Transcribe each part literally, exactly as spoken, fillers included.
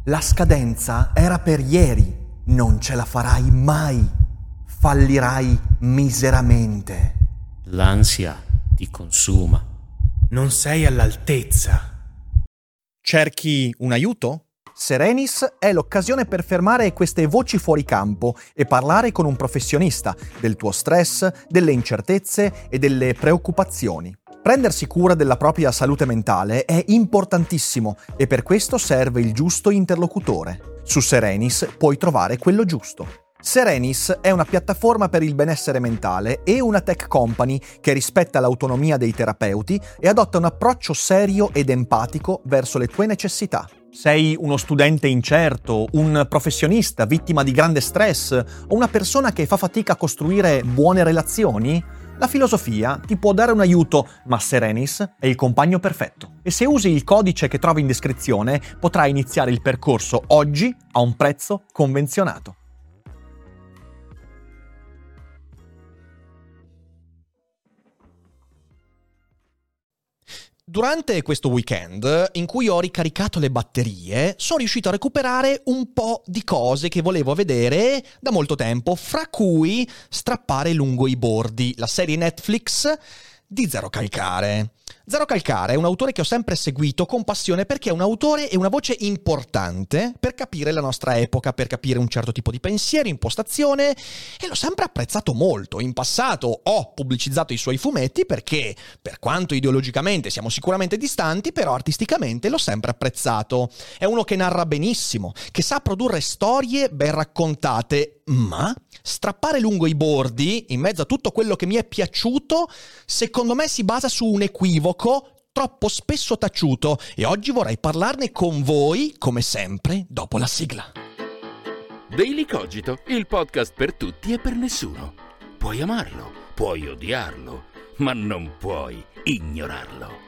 La scadenza era per ieri, non ce la farai mai, fallirai miseramente. L'ansia ti consuma. Non sei all'altezza. Cerchi un aiuto? Serenis è l'occasione per fermare queste voci fuori campo e parlare con un professionista del tuo stress, delle incertezze e delle preoccupazioni. Prendersi cura della propria salute mentale è importantissimo e per questo serve il giusto interlocutore. Su Serenis puoi trovare quello giusto. Serenis è una piattaforma per il benessere mentale e una tech company che rispetta l'autonomia dei terapeuti e adotta un approccio serio ed empatico verso le tue necessità. Sei uno studente incerto, un professionista vittima di grande stress o una persona che fa fatica a costruire buone relazioni? La filosofia ti può dare un aiuto, ma Serenis è il compagno perfetto. E se usi il codice che trovi in descrizione, potrai iniziare il percorso oggi a un prezzo convenzionato. Durante questo weekend, in cui ho ricaricato le batterie, sono riuscito a recuperare un po' di cose che volevo vedere da molto tempo, fra cui Strappare lungo i bordi, la serie Netflix di Zero Calcare. Zero Calcare è un autore che ho sempre seguito con passione perché è un autore e una voce importante per capire la nostra epoca, per capire un certo tipo di pensiero, impostazione, e l'ho sempre apprezzato molto. In passato ho pubblicizzato i suoi fumetti perché, per quanto ideologicamente siamo sicuramente distanti, però artisticamente l'ho sempre apprezzato. È uno che narra benissimo, che sa produrre storie ben raccontate, ma strappare lungo i bordi, in mezzo a tutto quello che mi è piaciuto, secondo me si basa su un equivoco troppo spesso taciuto e oggi vorrei parlarne con voi, come sempre, dopo la sigla. Daily Cogito, il podcast per tutti e per nessuno. Puoi amarlo, puoi odiarlo, ma non puoi ignorarlo.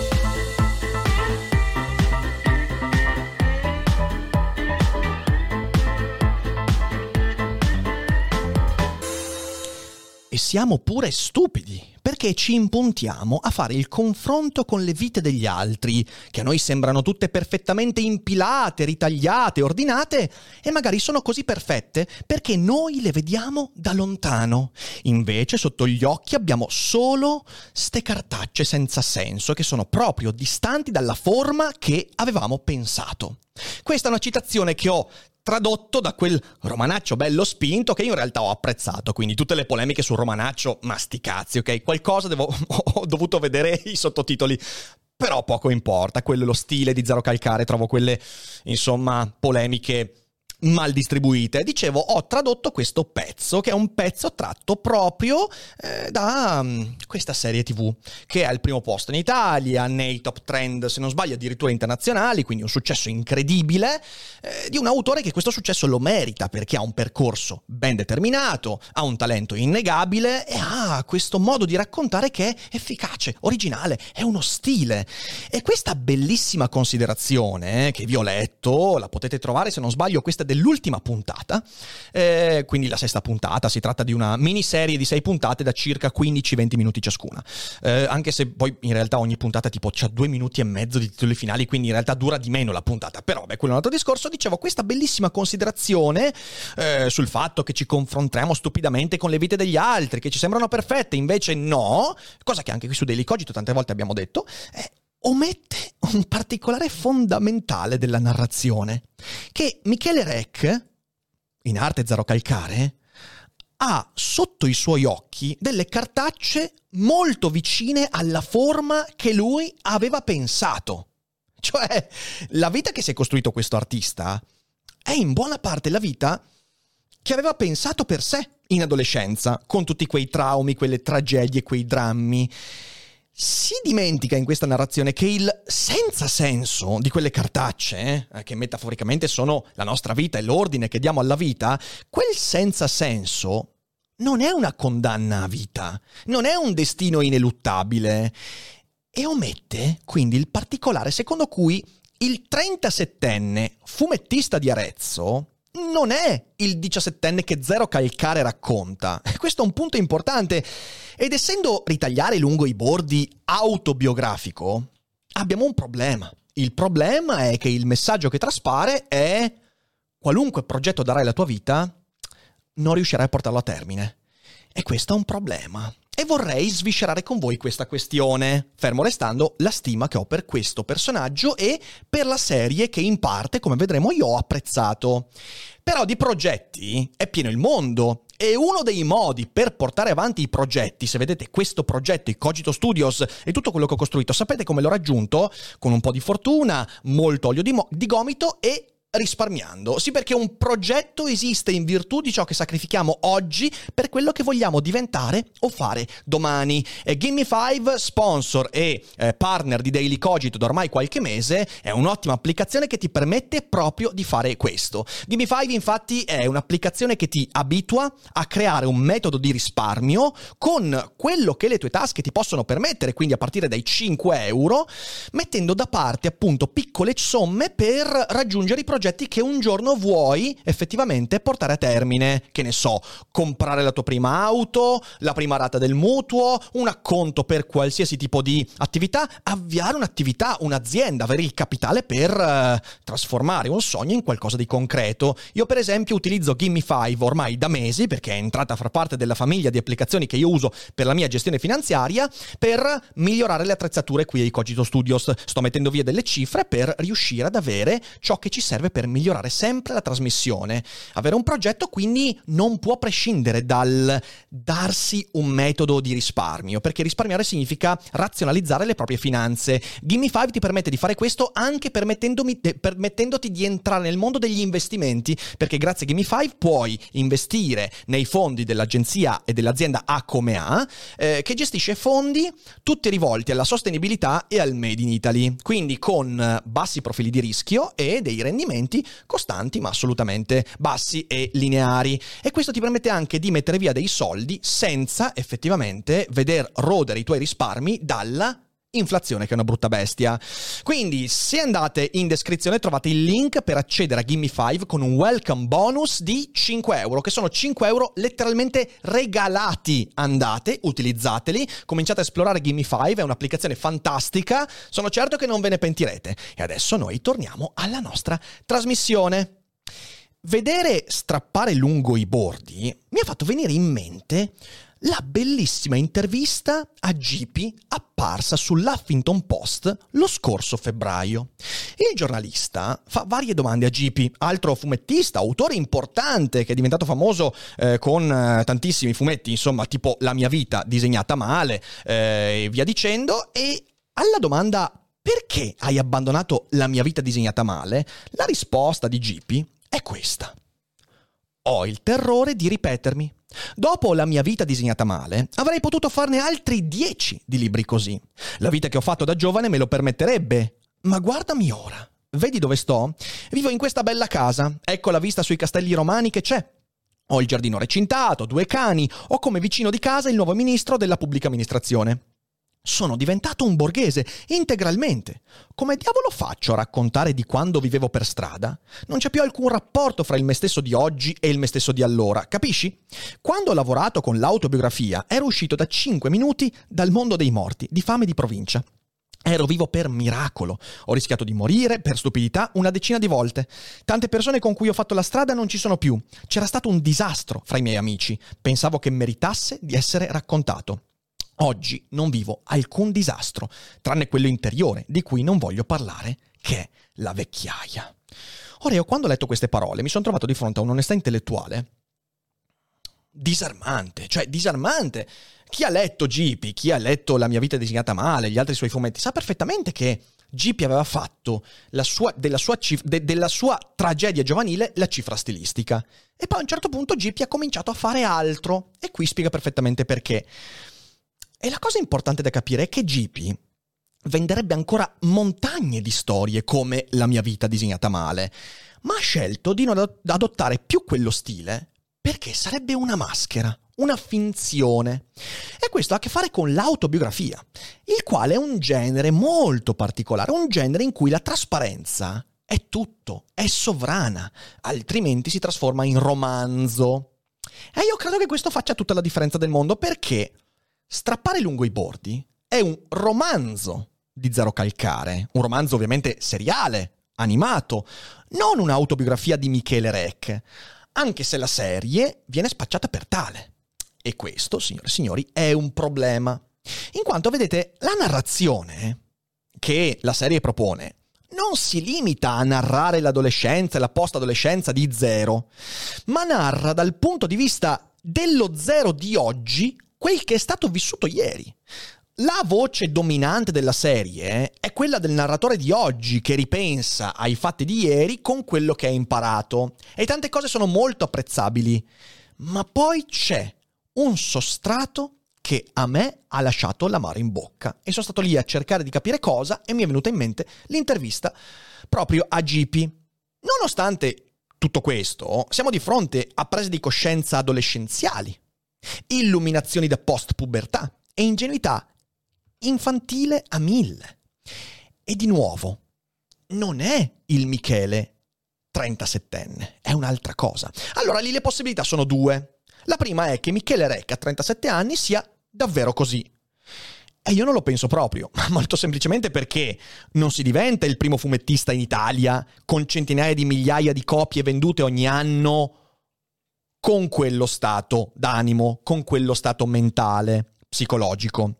E siamo pure stupidi, perché ci impuntiamo a fare il confronto con le vite degli altri, che a noi sembrano tutte perfettamente impilate, ritagliate, ordinate, e magari sono così perfette perché noi le vediamo da lontano. Invece sotto gli occhi abbiamo solo ste cartacce senza senso, che sono proprio distanti dalla forma che avevamo pensato. Questa è una citazione che ho tradotto da quel romanaccio bello spinto che io in realtà ho apprezzato, quindi tutte le polemiche sul romanaccio, ma sti cazzi, ok? Qualcosa devo, ho dovuto vedere i sottotitoli, però poco importa, quello è lo stile di Zero Calcare, trovo quelle, insomma, polemiche mal distribuite. Dicevo, ho tradotto questo pezzo, che è un pezzo tratto proprio eh, da um, questa serie tivù, che è al primo posto in Italia, nei top trend, se non sbaglio, addirittura internazionali, quindi un successo incredibile, eh, di un autore che questo successo lo merita, perché ha un percorso ben determinato, ha un talento innegabile e ha questo modo di raccontare che è efficace, originale, è uno stile. E questa bellissima considerazione, eh, che vi ho letto, la potete trovare, se non sbaglio, questa dell'ultima puntata, eh, quindi la sesta puntata. Si tratta di una miniserie di sei puntate da circa quindici venti minuti ciascuna, eh, anche se poi in realtà ogni puntata tipo c'ha due minuti e mezzo di titoli finali, quindi in realtà dura di meno la puntata, però beh, quello è un altro discorso. Dicevo, questa bellissima considerazione eh, sul fatto che ci confrontiamo stupidamente con le vite degli altri, che ci sembrano perfette, invece no, cosa che anche qui su Daily Cogito tante volte abbiamo detto, eh, omette un particolare fondamentale della narrazione, che Michele Rec, in arte Zero Calcare, ha sotto i suoi occhi delle cartacce molto vicine alla forma che lui aveva pensato. Cioè, la vita che si è costruito questo artista è in buona parte la vita che aveva pensato per sé in adolescenza, con tutti quei traumi, quelle tragedie, quei drammi. Si dimentica in questa narrazione che il senza senso di quelle cartacce, eh, che metaforicamente sono la nostra vita e l'ordine che diamo alla vita, quel senza senso non è una condanna a vita, non è un destino ineluttabile, e omette quindi il particolare secondo cui il trentasettenne fumettista di Arezzo non è il diciassettenne che Zero Calcare racconta. Questo è un punto importante, ed essendo Ritagliare lungo i bordi autobiografico, abbiamo un problema. Il problema è che il messaggio che traspare è: qualunque progetto darai alla tua vita, non riuscirai a portarlo a termine. E questo è un problema. E vorrei sviscerare con voi questa questione, fermo restando la stima che ho per questo personaggio e per la serie che in parte, come vedremo, io ho apprezzato. Però di progetti è pieno il mondo. E uno dei modi per portare avanti i progetti, se vedete questo progetto, i Cogito Studios e tutto quello che ho costruito, sapete come l'ho raggiunto? Con un po' di fortuna, molto olio di, mo- di gomito e risparmiando. Sì, perché un progetto esiste in virtù di ciò che sacrifichiamo oggi per quello che vogliamo diventare o fare domani. E Gimme five, sponsor e eh, partner di Daily Cogito da ormai qualche mese, è un'ottima applicazione che ti permette proprio di fare questo. Gimme five infatti è un'applicazione che ti abitua a creare un metodo di risparmio con quello che le tue tasche ti possono permettere, quindi a partire dai cinque euro, mettendo da parte appunto piccole somme per raggiungere i progetti che un giorno vuoi effettivamente portare a termine. Che ne so, comprare la tua prima auto, la prima rata del mutuo, un acconto per qualsiasi tipo di attività, avviare un'attività, un'azienda, avere il capitale per uh, trasformare un sogno in qualcosa di concreto. Io per esempio utilizzo Gimme five ormai da mesi, perché è entrata a far parte della famiglia di applicazioni che io uso per la mia gestione finanziaria, per migliorare le attrezzature qui ai Cogito Studios. Sto mettendo via delle cifre per riuscire ad avere ciò che ci serve per migliorare sempre la trasmissione. Avere un progetto quindi non può prescindere dal darsi un metodo di risparmio, perché risparmiare significa razionalizzare le proprie finanze. Gimme five ti permette di fare questo anche permettendomi, permettendoti di entrare nel mondo degli investimenti, perché grazie a Gimme five puoi investire nei fondi dell'agenzia e dell'azienda A come A, eh, che gestisce fondi tutti rivolti alla sostenibilità e al Made in Italy, quindi con bassi profili di rischio e dei rendimenti costanti ma assolutamente bassi e lineari. E questo ti permette anche di mettere via dei soldi senza effettivamente veder rodere i tuoi risparmi dalla inflazione, che è una brutta bestia. Quindi se andate in descrizione trovate il link per accedere a Gimme five con un welcome bonus di cinque euro, che sono cinque euro letteralmente regalati. Andate, utilizzateli, cominciate a esplorare Gimme five, è un'applicazione fantastica, sono certo che non ve ne pentirete. E adesso noi torniamo alla nostra trasmissione. Vedere strappare lungo i bordi mi ha fatto venire in mente la bellissima intervista a G P apparsa sull'Huffington Post lo scorso febbraio. Il giornalista fa varie domande a G P, altro fumettista, autore importante che è diventato famoso eh, con eh, tantissimi fumetti, insomma, tipo La mia vita disegnata male eh, e via dicendo. E alla domanda "perché hai abbandonato La mia vita disegnata male?", la risposta di G P è questa: "Ho il terrore di ripetermi. Dopo La mia vita disegnata male, avrei potuto farne altri dieci di libri così. La vita che ho fatto da giovane me lo permetterebbe. Ma guardami ora. Vedi dove sto? Vivo in questa bella casa. Ecco la vista sui castelli romani che c'è. Ho il giardino recintato, due cani, ho come vicino di casa il nuovo ministro della pubblica amministrazione. Sono diventato un borghese, integralmente. Come diavolo faccio a raccontare di quando vivevo per strada? Non c'è più alcun rapporto fra il me stesso di oggi e il me stesso di allora, capisci? Quando ho lavorato con l'autobiografia ero uscito da cinque minuti dal mondo dei morti, di fame di provincia. Ero vivo per miracolo. Ho rischiato di morire per stupidità una decina di volte. Tante persone con cui ho fatto la strada non ci sono più. C'era stato un disastro fra i miei amici. Pensavo che meritasse di essere raccontato. Oggi non vivo alcun disastro, tranne quello interiore, di cui non voglio parlare, che è la vecchiaia." Ora io quando ho letto queste parole mi sono trovato di fronte a un'onestà intellettuale disarmante, cioè disarmante. Chi ha letto G P, chi ha letto La mia vita disegnata male, gli altri suoi fumetti, sa perfettamente che G P aveva fatto la sua, della, sua cif- de- della sua tragedia giovanile la cifra stilistica. E poi a un certo punto G P ha cominciato a fare altro, e qui spiega perfettamente perché. E la cosa importante da capire è che G P venderebbe ancora montagne di storie come La mia vita disegnata male, ma ha scelto di non adottare più quello stile perché sarebbe una maschera, una finzione. E questo ha a che fare con l'autobiografia, il quale è un genere molto particolare, un genere in cui la trasparenza è tutto, è sovrana, altrimenti si trasforma in romanzo. E io credo che questo faccia tutta la differenza del mondo, perché Strappare lungo i bordi è un romanzo di Zero Calcare, un romanzo ovviamente seriale, animato, non un'autobiografia di Michele Rec, anche se la serie viene spacciata per tale. E questo, signore e signori, è un problema. In quanto, vedete, la narrazione che la serie propone non si limita a narrare l'adolescenza e la post-adolescenza di Zero, ma narra dal punto di vista dello Zero di oggi quel che è stato vissuto ieri. La voce dominante della serie è quella del narratore di oggi che ripensa ai fatti di ieri con quello che ha imparato. E tante cose sono molto apprezzabili. Ma poi c'è un sostrato che a me ha lasciato l'amaro in bocca. E sono stato lì a cercare di capire cosa e mi è venuta in mente l'intervista proprio a G P. Nonostante tutto questo, siamo di fronte a prese di coscienza adolescenziali, illuminazioni da post-pubertà e ingenuità infantile a mille. E di nuovo, non è il Michele trentasettenne, è un'altra cosa. Allora lì le possibilità sono due. La prima è che Michele Rec a trentasette anni sia davvero così. E io non lo penso proprio, ma molto semplicemente perché non si diventa il primo fumettista in Italia con centinaia di migliaia di copie vendute ogni anno con quello stato d'animo, con quello stato mentale, psicologico.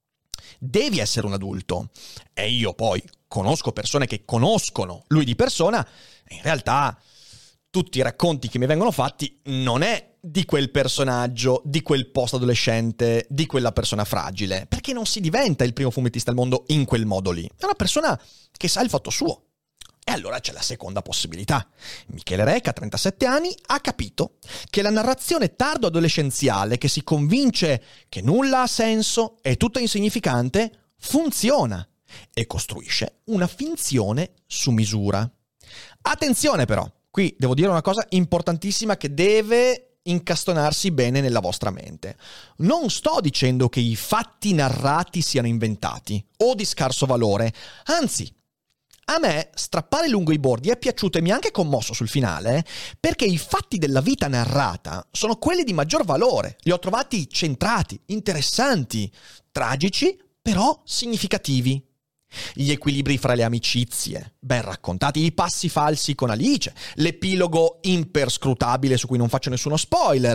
Devi essere un adulto. E io poi conosco persone che conoscono lui di persona, e in realtà tutti i racconti che mi vengono fatti non è di quel personaggio, di quel post-adolescente, di quella persona fragile, perché non si diventa il primo fumettista al mondo in quel modo lì. È una persona che sa il fatto suo. E allora c'è la seconda possibilità. Michele Rec a trentasette anni ha capito che la narrazione tardo-adolescenziale che si convince che nulla ha senso, è tutto insignificante, funziona e costruisce una finzione su misura. Attenzione però, qui devo dire una cosa importantissima che deve incastonarsi bene nella vostra mente. Non sto dicendo che i fatti narrati siano inventati o di scarso valore, anzi, a me strappare lungo i bordi è piaciuto e mi ha anche commosso sul finale, perché i fatti della vita narrata sono quelli di maggior valore. Li ho trovati centrati, interessanti, tragici, però significativi. Gli equilibri fra le amicizie, ben raccontati, i passi falsi con Alice, l'epilogo imperscrutabile su cui non faccio nessuno spoiler,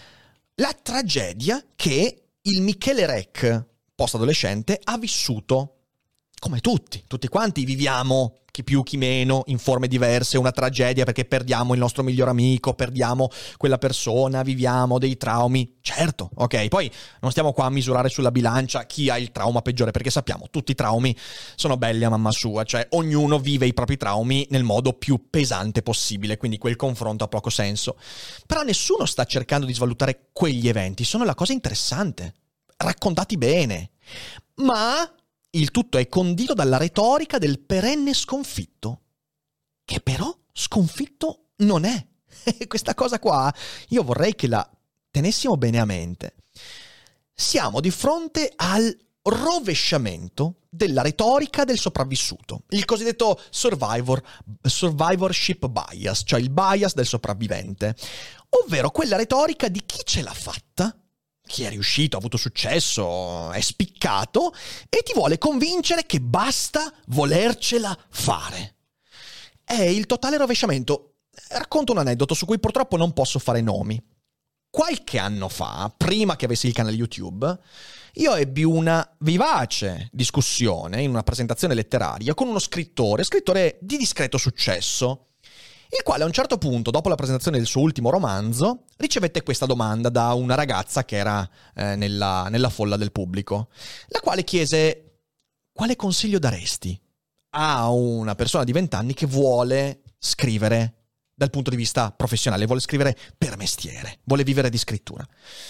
la tragedia che il Michele Rec, post-adolescente, ha vissuto. Come tutti, tutti quanti viviamo, chi più chi meno, in forme diverse, una tragedia perché perdiamo il nostro miglior amico, perdiamo quella persona, viviamo dei traumi. Certo, ok, poi non stiamo qua a misurare sulla bilancia chi ha il trauma peggiore, perché sappiamo, tutti i traumi sono belli a mamma sua, cioè ognuno vive i propri traumi nel modo più pesante possibile, quindi quel confronto ha poco senso. Però nessuno sta cercando di svalutare quegli eventi, sono la cosa interessante, raccontati bene, ma il tutto è condito dalla retorica del perenne sconfitto, che però sconfitto non è. E questa cosa qua io vorrei che la tenessimo bene a mente. Siamo di fronte al rovesciamento della retorica del sopravvissuto, il cosiddetto survivor, survivorship bias, cioè il bias del sopravvivente, ovvero quella retorica di chi ce l'ha fatta, chi è riuscito, ha avuto successo, è spiccato e ti vuole convincere che basta volercela fare. È il totale rovesciamento. Racconto un aneddoto su cui purtroppo non posso fare nomi. Qualche anno fa, prima che avessi il canale YouTube, io ebbi una vivace discussione in una presentazione letteraria con uno scrittore, scrittore di discreto successo, il quale a un certo punto, dopo la presentazione del suo ultimo romanzo, ricevette questa domanda da una ragazza che era eh, nella, nella folla del pubblico, la quale chiese: quale consiglio daresti a una persona di vent'anni che vuole scrivere dal punto di vista professionale, vuole scrivere per mestiere, vuole vivere di scrittura?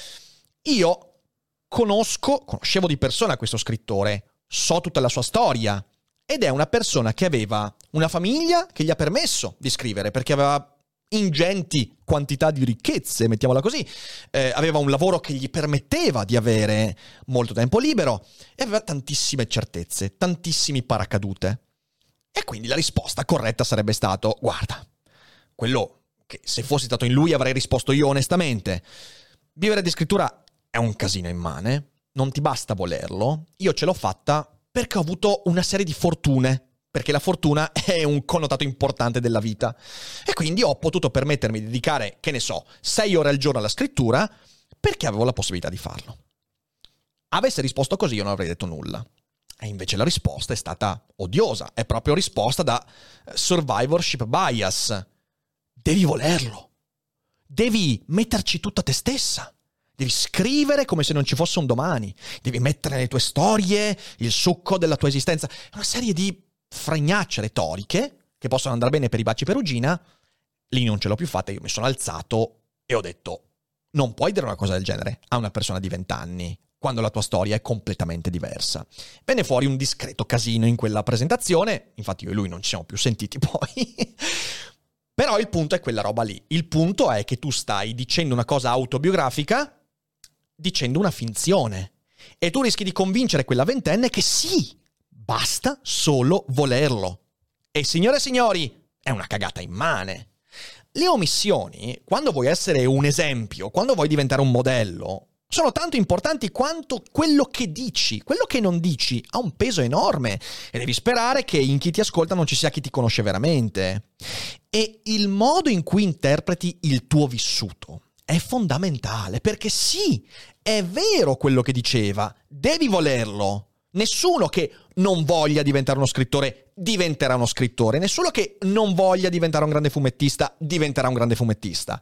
Io conosco, conoscevo di persona questo scrittore, so tutta la sua storia, ed è una persona che aveva una famiglia che gli ha permesso di scrivere, perché aveva ingenti quantità di ricchezze, mettiamola così, eh, aveva un lavoro che gli permetteva di avere molto tempo libero e aveva tantissime certezze, tantissimi paracadute. E quindi la risposta corretta sarebbe stato: guarda, quello che se fossi stato in lui avrei risposto io onestamente, vivere di scrittura è un casino immane, non ti basta volerlo, io ce l'ho fatta Perché ho avuto una serie di fortune, perché la fortuna è un connotato importante della vita. E quindi ho potuto permettermi di dedicare, che ne so, sei ore al giorno alla scrittura, perché avevo la possibilità di farlo. Avesse risposto così io non avrei detto nulla. E invece la risposta è stata odiosa, è proprio risposta da survivorship bias. Devi volerlo, devi metterci tutta te stessa, devi scrivere come se non ci fosse un domani, devi mettere nelle tue storie il succo della tua esistenza. È una serie di fregnacce retoriche che possono andare bene per i baci perugina. Lì non ce l'ho più fatta, io mi sono alzato e ho detto: non puoi dire una cosa del genere a una persona di vent'anni, quando la tua storia è completamente diversa. Venne fuori un discreto casino in quella presentazione, infatti io e lui non ci siamo più sentiti poi. Però il punto è quella roba lì. Il punto è che tu stai dicendo una cosa autobiografica, dicendo una finzione. E tu rischi di convincere quella ventenne che sì, basta solo volerlo. E signore e signori, è una cagata immane. Le omissioni, quando vuoi essere un esempio, quando vuoi diventare un modello, sono tanto importanti quanto quello che dici. Quello che non dici ha un peso enorme e devi sperare che in chi ti ascolta non ci sia chi ti conosce veramente. E il modo in cui interpreti il tuo vissuto è fondamentale, perché sì, è vero quello che diceva, devi volerlo. Nessuno che non voglia diventare uno scrittore diventerà uno scrittore, nessuno che non voglia diventare un grande fumettista diventerà un grande fumettista.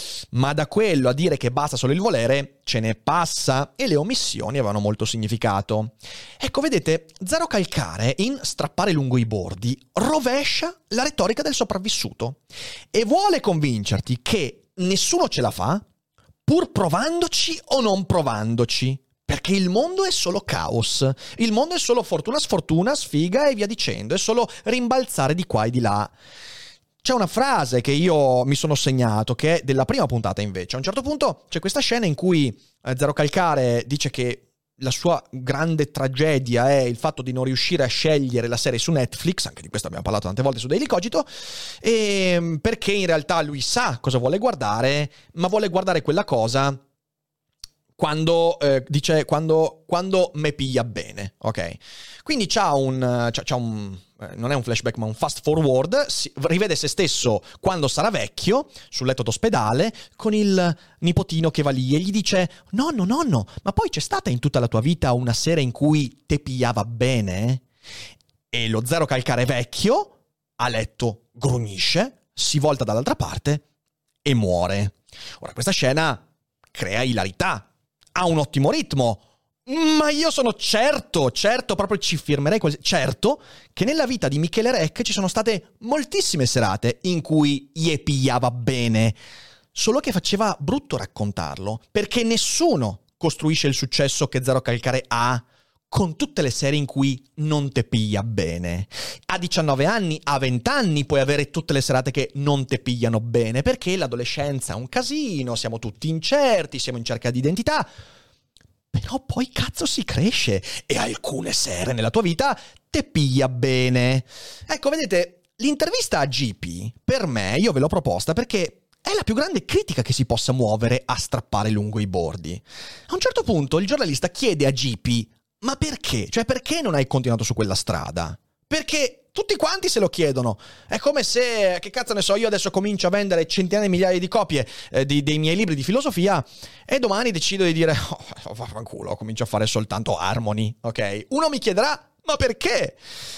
Ma da quello a dire che basta solo il volere ce ne passa, e le omissioni avevano molto significato. Ecco, vedete, Zero Calcare in Strappare lungo i bordi rovescia la retorica del sopravvissuto e vuole convincerti che nessuno ce la fa pur provandoci o non provandoci. Perché il mondo è solo caos, il mondo è solo fortuna, sfortuna, sfiga e via dicendo, è solo rimbalzare di qua e di là. C'è una frase che io mi sono segnato, che è della prima puntata invece. A un certo punto c'è questa scena in cui Zero Calcare dice che la sua grande tragedia è il fatto di non riuscire a scegliere la serie su Netflix, anche di questo abbiamo parlato tante volte su Daily Cogito, e perché in realtà lui sa cosa vuole guardare, ma vuole guardare quella cosa quando eh, dice quando quando me piglia bene, ok? Quindi c'ha un c'ha, c'ha un eh, non è un flashback ma un fast forward, si, rivede se stesso quando sarà vecchio sul letto d'ospedale con il nipotino che va lì e gli dice: "Nonno, nonno, ma poi c'è stata in tutta la tua vita una sera in cui te pigliava bene?" E lo Zero Calcare vecchio a letto grugnisce, si volta dall'altra parte e muore. Ora questa scena crea ilarità. Ha un ottimo ritmo, ma io sono certo, certo, proprio ci firmerei così, certo che nella vita di Michele Rec ci sono state moltissime serate in cui gli pigliava bene, solo che faceva brutto raccontarlo, perché nessuno costruisce il successo che Zero Calcare ha con tutte le serie in cui non te piglia bene. A diciannove anni, a venti anni puoi avere tutte le serate che non te pigliano bene, perché l'adolescenza è un casino, siamo tutti incerti, siamo in cerca di identità. Però poi cazzo si cresce e alcune sere nella tua vita te piglia bene. Ecco, vedete, l'intervista a G P, per me, io ve l'ho proposta perché è la più grande critica che si possa muovere a Strappare lungo i bordi. A un certo punto il giornalista chiede a G P: ma perché? Cioè, perché non hai continuato su quella strada? Perché tutti quanti se lo chiedono. È come se, che cazzo ne so, io adesso comincio a vendere centinaia di migliaia di copie eh, di, dei miei libri di filosofia e domani decido di dire: oh, vaffanculo, comincio a fare soltanto Harmony, ok? Uno mi chiederà: ma perché?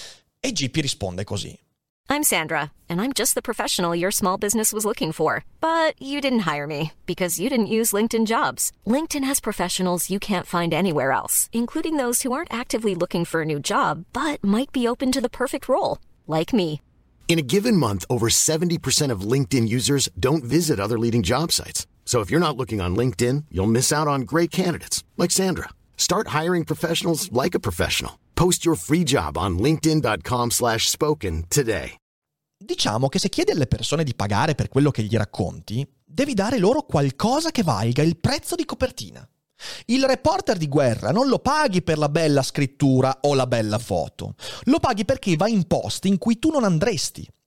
E G P risponde così. I'm Sandra, and I'm just the professional your small business was looking for. But you didn't hire me, because you didn't use LinkedIn Jobs. LinkedIn has professionals you can't find anywhere else, including those who aren't actively looking for a new job, but might be open to the perfect role, like me. In a given month, over seventy percent of LinkedIn users don't visit other leading job sites. So if you're not looking on LinkedIn, you'll miss out on great candidates, like Sandra. Start hiring professionals like a professional. Post your free job on linkedin.com slash spoken today. Diciamo che se chiedi alle persone di pagare per quello che gli racconti, devi dare loro qualcosa che valga il prezzo di copertina. Il reporter di guerra non lo paghi per la bella scrittura o la bella foto, lo paghi perché va in posti in cui tu non andresti,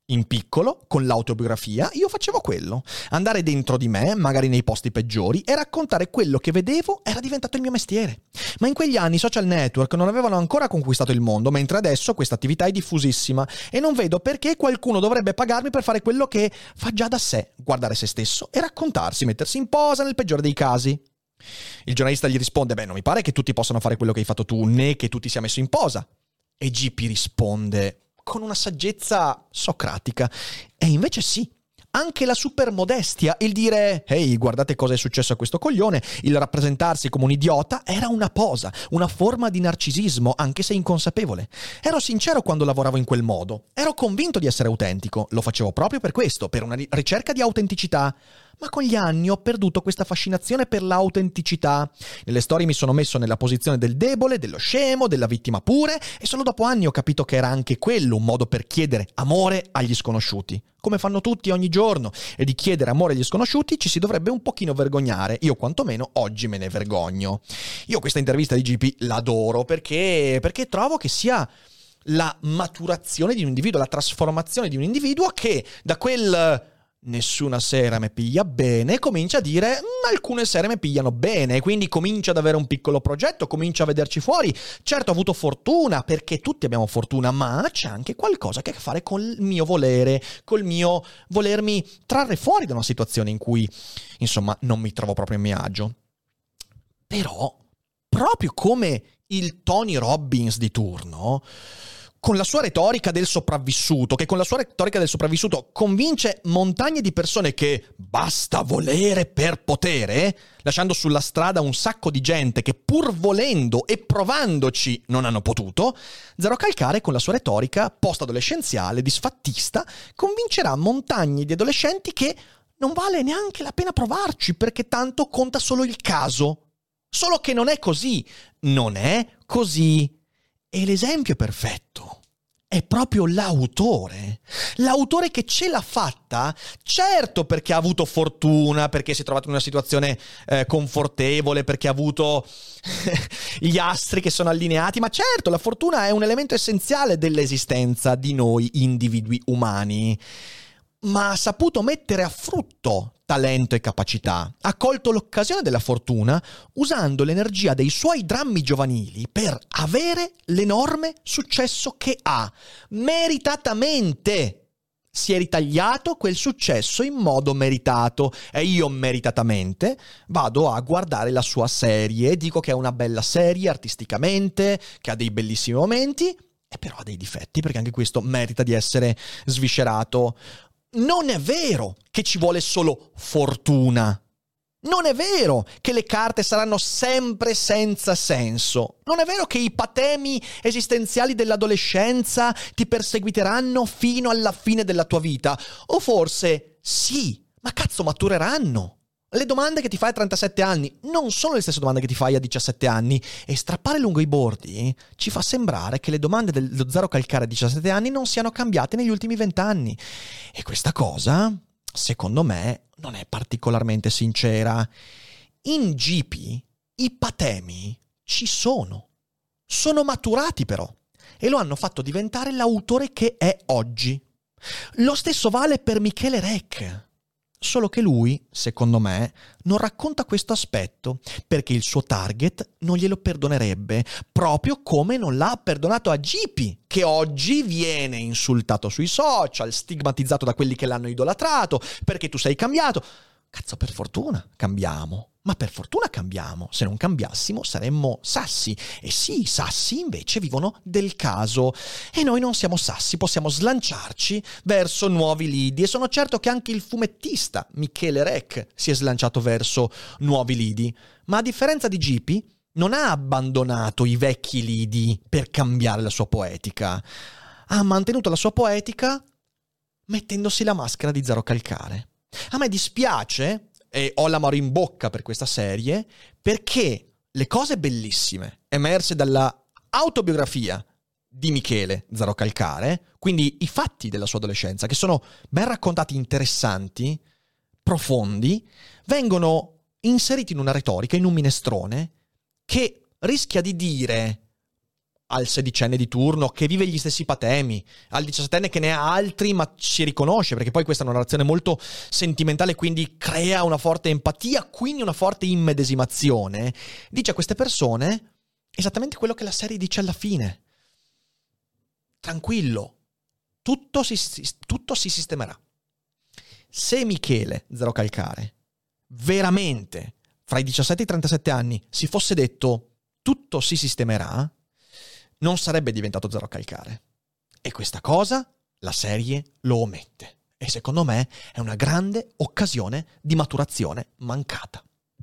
In piccolo, con l'autobiografia, io facevo quello. Andare dentro di me, magari nei posti peggiori, e raccontare quello che vedevo era diventato il mio mestiere. Ma in quegli anni i social network non avevano ancora conquistato il mondo, mentre adesso questa attività è diffusissima e non vedo perché qualcuno dovrebbe pagarmi per fare quello che fa già da sé, guardare se stesso e raccontarsi, mettersi in posa nel peggiore dei casi. Il giornalista gli risponde: beh, non mi pare che tutti possano fare quello che hai fatto tu, né che tu ti sia messo in posa. E G P risponde con una saggezza socratica: e invece sì, anche la supermodestia, il dire «Ehi, guardate cosa è successo a questo coglione», il rappresentarsi come un idiota era una posa, una forma di narcisismo, anche se inconsapevole. Ero sincero quando lavoravo in quel modo, ero convinto di essere autentico, lo facevo proprio per questo, per una ricerca di autenticità. Ma con gli anni ho perduto questa fascinazione per l'autenticità. Nelle storie mi sono messo nella posizione del debole, dello scemo, della vittima pure, e solo dopo anni ho capito che era anche quello un modo per chiedere amore agli sconosciuti, come fanno tutti ogni giorno, e di chiedere amore agli sconosciuti ci si dovrebbe un pochino vergognare. Io quantomeno oggi me ne vergogno. Io questa intervista di G P l'adoro perché, perché trovo che sia la maturazione di un individuo, la trasformazione di un individuo che da quel nessuna sera me piglia bene comincia a dire alcune sere me pigliano bene, quindi comincia ad avere un piccolo progetto, comincia a vederci fuori. Certo, ho avuto fortuna, perché tutti abbiamo fortuna, ma c'è anche qualcosa che ha a che fare con il mio volere, col mio volermi trarre fuori da una situazione in cui, insomma, non mi trovo proprio a mio agio. Però, proprio come il Tony Robbins di turno, con la sua retorica del sopravvissuto, che con la sua retorica del sopravvissuto convince montagne di persone che basta volere per potere, lasciando sulla strada un sacco di gente che pur volendo e provandoci non hanno potuto, Zero Calcare con la sua retorica post-adolescenziale, disfattista, convincerà montagne di adolescenti che non vale neanche la pena provarci perché tanto conta solo il caso. Solo che non è così. Non è così. E l'esempio perfetto è proprio l'autore. L'autore che ce l'ha fatta, certo perché ha avuto fortuna, perché si è trovato in una situazione eh, confortevole, perché ha avuto gli astri che sono allineati, ma certo la fortuna è un elemento essenziale dell'esistenza di noi individui umani. Ma ha saputo mettere a frutto talento e capacità, ha colto l'occasione della fortuna usando l'energia dei suoi drammi giovanili per avere l'enorme successo che ha. Meritatamente si è ritagliato quel successo in modo meritato e io meritatamente vado a guardare la sua serie, dico che è una bella serie artisticamente, che ha dei bellissimi momenti, e però ha dei difetti perché anche questo merita di essere sviscerato. Non è vero che ci vuole solo fortuna. Non è vero che le carte saranno sempre senza senso. Non è vero che i patemi esistenziali dell'adolescenza ti perseguiteranno fino alla fine della tua vita. O forse sì, ma cazzo matureranno. Le domande che ti fai a trentasette anni non sono le stesse domande che ti fai a diciassette anni e strappare lungo i bordi ci fa sembrare che le domande dello Zero Calcare a diciassette anni non siano cambiate negli ultimi venti anni. E questa cosa, secondo me, non è particolarmente sincera. In G P i patemi ci sono. Sono maturati però e lo hanno fatto diventare l'autore che è oggi. Lo stesso vale per Michele Rec. Solo che lui, secondo me, non racconta questo aspetto, perché il suo target non glielo perdonerebbe, proprio come non l'ha perdonato a G P, che oggi viene insultato sui social, stigmatizzato da quelli che l'hanno idolatrato, perché tu sei cambiato. Cazzo, per fortuna cambiamo. Ma per fortuna cambiamo. Se non cambiassimo saremmo sassi. E sì, i sassi invece vivono del caso. E noi non siamo sassi, possiamo slanciarci verso nuovi lidi. E sono certo che anche il fumettista Michele Rec si è slanciato verso nuovi lidi. Ma a differenza di G P, non ha abbandonato i vecchi lidi per cambiare la sua poetica. Ha mantenuto la sua poetica mettendosi la maschera di Zero Calcare. A me dispiace, e ho l'amaro in bocca per questa serie, perché le cose bellissime emerse dalla autobiografia di Michele Zero Calcare, quindi i fatti della sua adolescenza, che sono ben raccontati, interessanti, profondi, vengono inseriti in una retorica, in un minestrone, che rischia di dire al sedicenne di turno che vive gli stessi patemi, al diciassettenne che ne ha altri ma ci riconosce, perché poi questa è una relazione molto sentimentale, quindi crea una forte empatia, quindi una forte immedesimazione, dice a queste persone esattamente quello che la serie dice alla fine. Tranquillo, tutto si, tutto si sistemerà. Se Michele Zero Calcare veramente fra i diciassette e i trentasette anni si fosse detto tutto si sistemerà, non sarebbe diventato Zero Calcare. E questa cosa la serie lo omette. E secondo me è una grande occasione di maturazione mancata.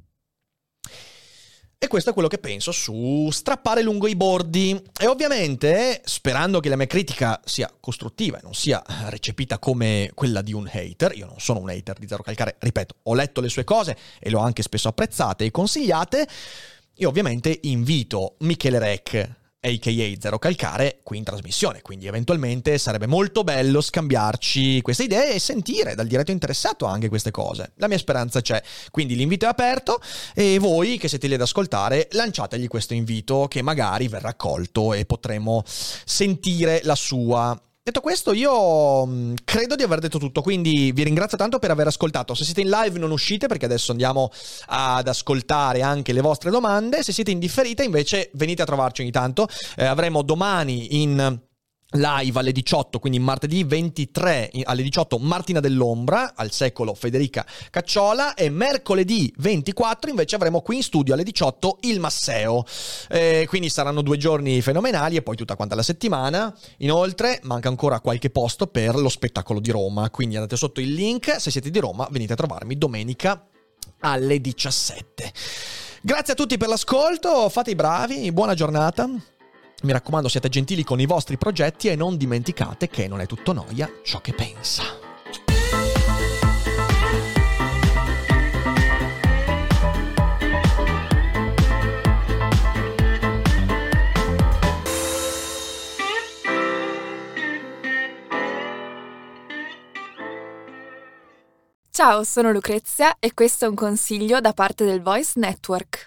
E questo è quello che penso su strappare lungo i bordi. E ovviamente, sperando che la mia critica sia costruttiva e non sia recepita come quella di un hater, io non sono un hater di Zero Calcare, ripeto, ho letto le sue cose e le ho anche spesso apprezzate e consigliate, io ovviamente invito Michele Rec, a k a. Zero Calcare, qui in trasmissione, quindi eventualmente sarebbe molto bello scambiarci queste idee e sentire dal diretto interessato anche queste cose. La mia speranza c'è, quindi l'invito è aperto e voi che siete lì ad ascoltare lanciategli questo invito che magari verrà accolto e potremo sentire la sua. Detto questo, io mh, credo di aver detto tutto, quindi vi ringrazio tanto per aver ascoltato. Se siete in live non uscite, perché adesso andiamo ad ascoltare anche le vostre domande. Se siete in differita invece venite a trovarci ogni tanto. Eh, avremo domani in live alle diciotto, quindi martedì ventitré alle diciotto Martina dell'Ombra, al secolo Federica Cacciola, e mercoledì ventiquattro invece avremo qui in studio alle diciotto il Masseo. Eh, quindi saranno due giorni fenomenali e poi tutta quanta la settimana. Inoltre manca ancora qualche posto per lo spettacolo di Roma, quindi andate sotto il link, se siete di Roma venite a trovarmi domenica alle diciassette. Grazie a tutti per l'ascolto, fate i bravi, buona giornata. Mi raccomando, siate gentili con i vostri progetti e non dimenticate che non è tutto noia ciò che pensa. Ciao, sono Lucrezia e questo è un consiglio da parte del Voice Network.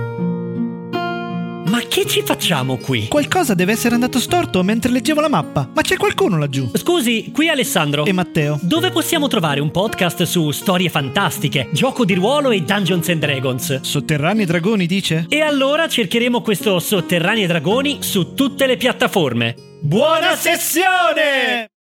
Ma che ci facciamo qui? Qualcosa deve essere andato storto mentre leggevo la mappa. Ma c'è qualcuno laggiù? Scusi, qui Alessandro. E Matteo. Dove possiamo trovare un podcast su storie fantastiche, gioco di ruolo e Dungeons and Dragons? Sotterranei Dragoni, dice? E allora cercheremo questo Sotterranei Dragoni su tutte le piattaforme. Buona sessione!